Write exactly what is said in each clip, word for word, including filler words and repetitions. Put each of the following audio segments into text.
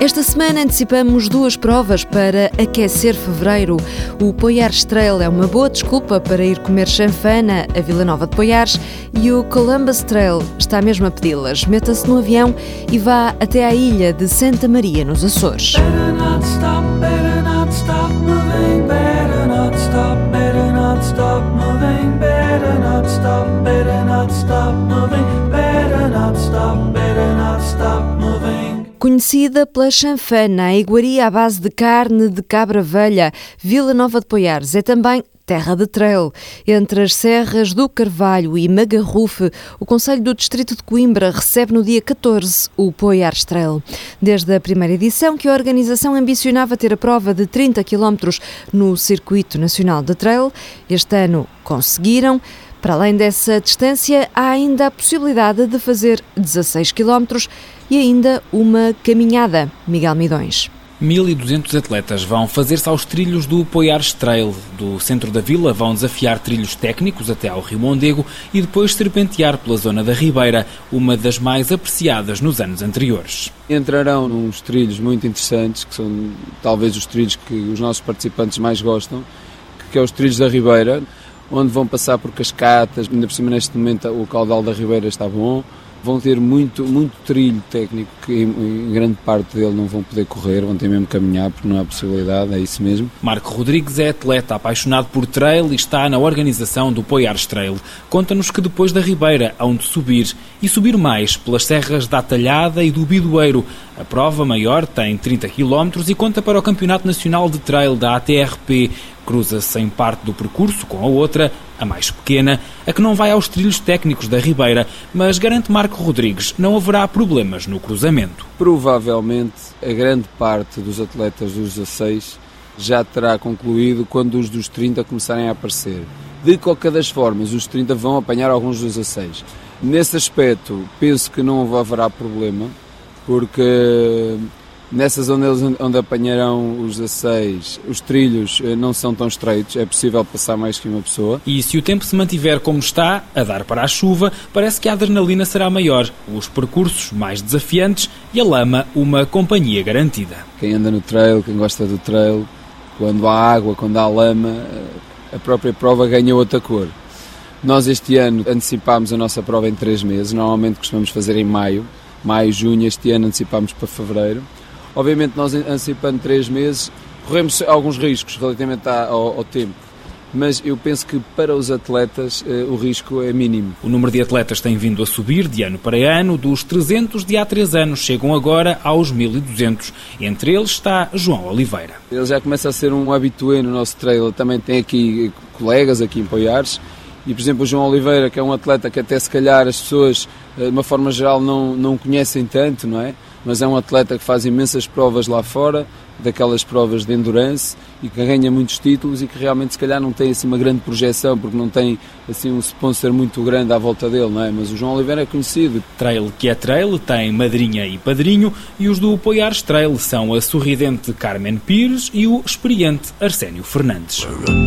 Esta semana antecipamos duas provas para aquecer fevereiro. O Poiares Trail é uma boa desculpa para ir comer chanfana a Vila Nova de Poiares e o Columbus Trail está mesmo a pedi-las. Meta-se no avião e vá até à ilha de Santa Maria, nos Açores. Conhecida pela chanfana, a iguaria à base de carne de cabra velha, Vila Nova de Poiares é também terra de trail. Entre as serras do Carvalho e Magarrufe, o concelho do distrito de Coimbra recebe no dia catorze o Poiares Trail. Desde a primeira edição que a organização ambicionava ter a prova de trinta quilómetros no Circuito Nacional de Trail, este ano conseguiram. Para além dessa distância, há ainda a possibilidade de fazer dezasseis quilómetros e ainda uma caminhada. Miguel Midões. mil e duzentos atletas vão fazer-se aos trilhos do Poiares Trail. Do centro da vila vão desafiar trilhos técnicos até ao Rio Mondego e depois serpentear pela zona da Ribeira, uma das mais apreciadas nos anos anteriores. Entrarão nos trilhos muito interessantes, que são talvez os trilhos que os nossos participantes mais gostam, que é os trilhos da Ribeira, onde vão passar por cascatas, ainda por cima neste momento o caudal da Ribeira está bom. Vão ter muito, muito trilho técnico, que em, em grande parte dele não vão poder correr, vão ter mesmo que caminhar, porque não há possibilidade, é isso mesmo. Marco Rodrigues é atleta apaixonado por trail e está na organização do Poiares Trail. Conta-nos que depois da Ribeira hão de subir, e subir mais pelas serras da Atalhada e do Bidoeiro. A prova maior tem trinta quilómetros e conta para o Campeonato Nacional de Trail da A T R P. Cruza-se em parte do percurso com a outra, a mais pequena, a que não vai aos trilhos técnicos da Ribeira, mas garante Marco Rodrigues, não haverá problemas no cruzamento. Provavelmente a grande parte dos atletas dos dezasseis já terá concluído quando os dos trinta começarem a aparecer. De qualquer das formas, os trinta vão apanhar alguns dos dezasseis. Nesse aspecto, penso que não haverá problema, porque nessa zona onde apanharão os dezasseis, os trilhos não são tão estreitos, é possível passar mais que uma pessoa. E se o tempo se mantiver como está, a dar para a chuva, parece que a adrenalina será maior, os percursos mais desafiantes e a lama uma companhia garantida. Quem anda no trail, quem gosta do trail, quando há água, quando há lama, a própria prova ganha outra cor. Nós este ano antecipámos a nossa prova em três meses, normalmente costumamos fazer em maio, maio, junho, este ano antecipámos para fevereiro. Obviamente nós antecipando três meses corremos alguns riscos relativamente ao, ao tempo, mas eu penso que para os atletas eh, o risco é mínimo. O número de atletas tem vindo a subir de ano para ano, dos trezentos de há três anos chegam agora aos mil e duzentos. Entre eles está João Oliveira. Ele já começa a ser um habitué no nosso trail, também tem aqui colegas aqui em Poiares. E, por exemplo, o João Oliveira, que é um atleta que até se calhar as pessoas, de uma forma geral, não, não conhecem tanto, não é? Mas é um atleta que faz imensas provas lá fora, daquelas provas de endurance, e que ganha muitos títulos e que realmente se calhar não tem assim uma grande projeção, porque não tem assim um sponsor muito grande à volta dele, não é? Mas o João Oliveira é conhecido. Trail que é trail, tem madrinha e padrinho, e os do Poiares Trail são a sorridente Carmen Pires e o experiente Arsénio Fernandes.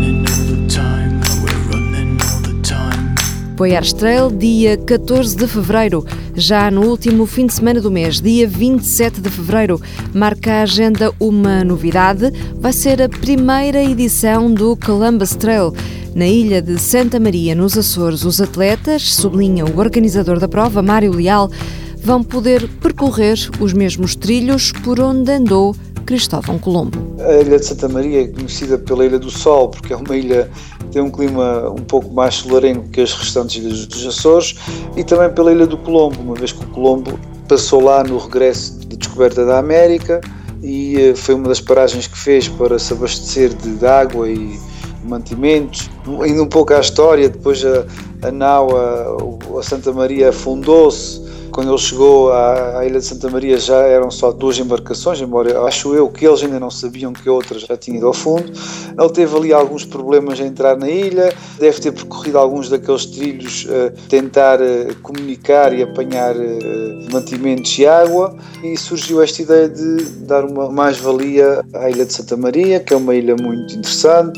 Poiares Trail, dia catorze de fevereiro. Já no último fim de semana do mês, dia vinte e sete de fevereiro, marca a agenda uma novidade. Vai ser a primeira edição do Columbus Trail. Na ilha de Santa Maria, nos Açores, os atletas, sublinha o organizador da prova, Mário Leal, vão poder percorrer os mesmos trilhos por onde andou Cristóvão Colombo. A ilha de Santa Maria é conhecida pela Ilha do Sol, porque é uma ilha que tem um clima um pouco mais solarengo que as restantes ilhas dos Açores, e também pela Ilha do Colombo, uma vez que o Colombo passou lá no regresso de descoberta da América e foi uma das paragens que fez para se abastecer de água e mantimentos. Indo um pouco à história, depois a, a nau, a, a Santa Maria afundou-se. Quando ele chegou à, à Ilha de Santa Maria já eram só duas embarcações, embora acho eu que eles ainda não sabiam que a outra já tinha ido ao fundo. Ele teve ali alguns problemas a entrar na ilha, deve ter percorrido alguns daqueles trilhos, uh, tentar uh, comunicar e apanhar uh, mantimentos e água, e surgiu esta ideia de dar uma mais-valia à Ilha de Santa Maria, que é uma ilha muito interessante.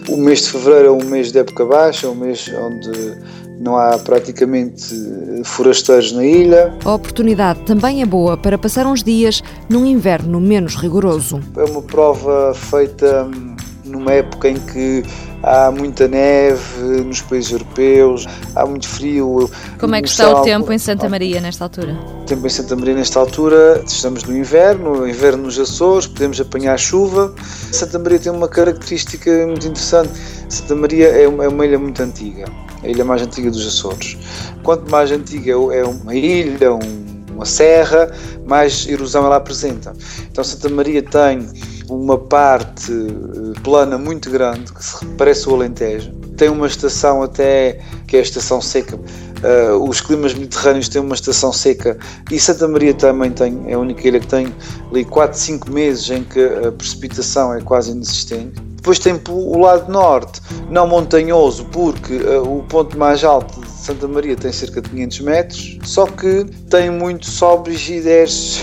O mês de fevereiro é um mês de época baixa, é um mês onde não há praticamente forasteiros na ilha. A oportunidade também é boa para passar uns dias num inverno menos rigoroso. É uma prova feita numa época em que há muita neve nos países europeus, há muito frio. Como é que está o tempo em Santa Maria nesta altura? O tempo em Santa Maria nesta altura, estamos no inverno, inverno nos Açores, podemos apanhar chuva. Santa Maria tem uma característica muito interessante. Santa Maria é uma, é uma ilha muito antiga, a ilha mais antiga dos Açores. Quanto mais antiga é uma ilha, um, uma serra, mais erosão ela apresenta. Então Santa Maria tem uma parte plana muito grande, que se parece o Alentejo. Tem uma estação até, que é a estação seca. Uh, os climas mediterrâneos têm uma estação seca e Santa Maria também tem, é a única ilha que tem ali quatro, cinco meses em que a precipitação é quase inexistente. Depois tem o lado norte, não montanhoso, porque uh, o ponto mais alto de Santa Maria tem cerca de quinhentos metros, só que tem muito sobres e desce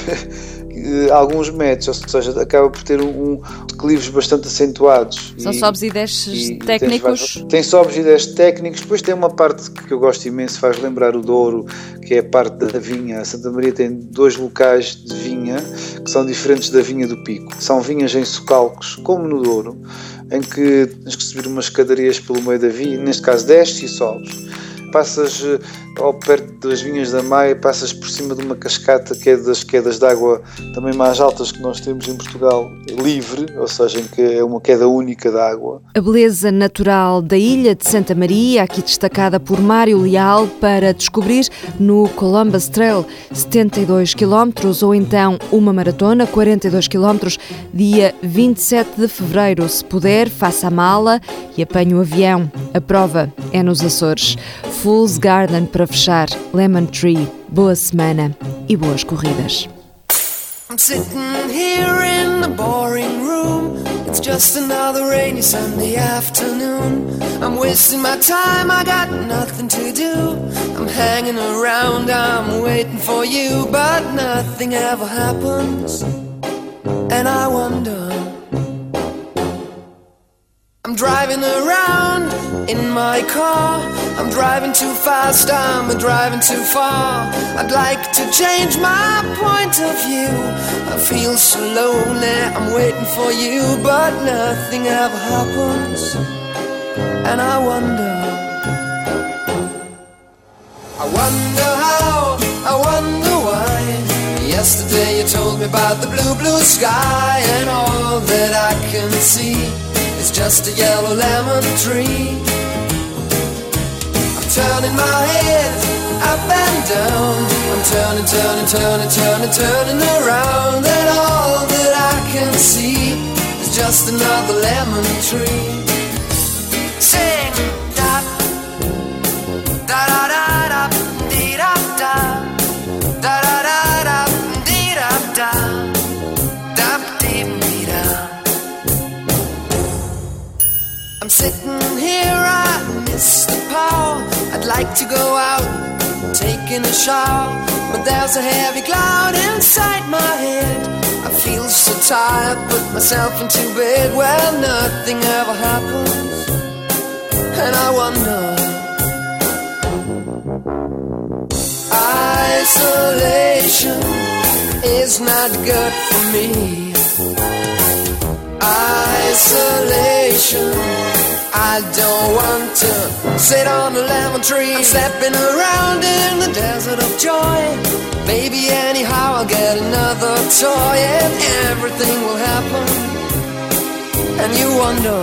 alguns metros, ou seja, acaba por ter um, um declives bastante acentuados. São e, sobes e desces e, técnicos? Tem, tem sobes e desces técnicos, depois tem uma parte que eu gosto imenso, faz lembrar o Douro, que é a parte da vinha. A Santa Maria tem dois locais de vinha, que são diferentes da vinha do Pico. São vinhas em socalcos, como no Douro, em que tens que subir umas escadarias pelo meio da vinha, neste caso desces e sobes. Passas ao perto das Vinhas da Maia, passas por cima de uma cascata que é das quedas de água também mais altas que nós temos em Portugal, livre, ou seja, em que é uma queda única de água. A beleza natural da ilha de Santa Maria, aqui destacada por Mário Leal, para descobrir no Columbus Trail, setenta e dois quilómetros, ou então uma maratona, quarenta e dois quilómetros, dia vinte e sete de fevereiro. Se puder, faça a mala e apanhe o avião. A prova é nos Açores. Fool's Garden para fechar, Lemon Tree. Boa semana e boas corridas. I'm sitting here in the boring room. It's just another rainy Sunday afternoon. I'm wasting my time, I got nothing to do. I'm hanging around, I'm waiting for you, but nothing ever happens. And I wonder, I'm driving around in my car. I'm driving too fast, I'm driving too far. I'd like to change my point of view. I feel so lonely, I'm waiting for you, but nothing ever happens. And I wonder, I wonder how, I wonder why. Yesterday you told me about the blue, blue sky, and all that I can see is just a yellow lemon tree. I'm turning my head up and down. I'm turning, turning, turning, turning, turning around, and all that I can see is just another lemon tree. Sing da da da da da dee da da da da da da dee da da da dee dee da. I'm sitting here, I miss the power. I'd like to go out, taking a shower, but there's a heavy cloud inside my head. I feel so tired, put myself into bed where nothing ever happens. And I wonder, isolation is not good for me. Isolation, I don't want to sit on a lemon tree. I'm stepping around in the desert of joy. Maybe anyhow I'll get another toy and everything will happen. And you wonder,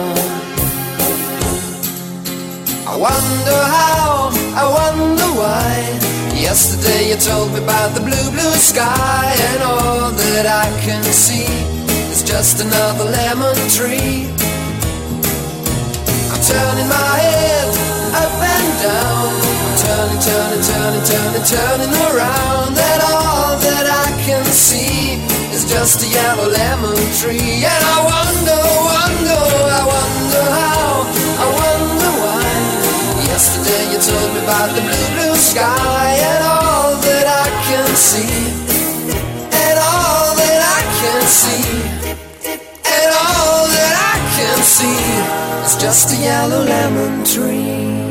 I wonder how, I wonder why. Yesterday you told me about the blue, blue sky, and all that I can see is just another lemon tree. I'm turning my head up and down. I'm turning, turning, turning, turning, turning around, and all that I can see is just a yellow lemon tree. And I wonder, wonder, I wonder how, I wonder why. Yesterday you told me about the blue, blue sky, and all that I can see, and all that I can see, and all that I can see is just a yellow lemon tree.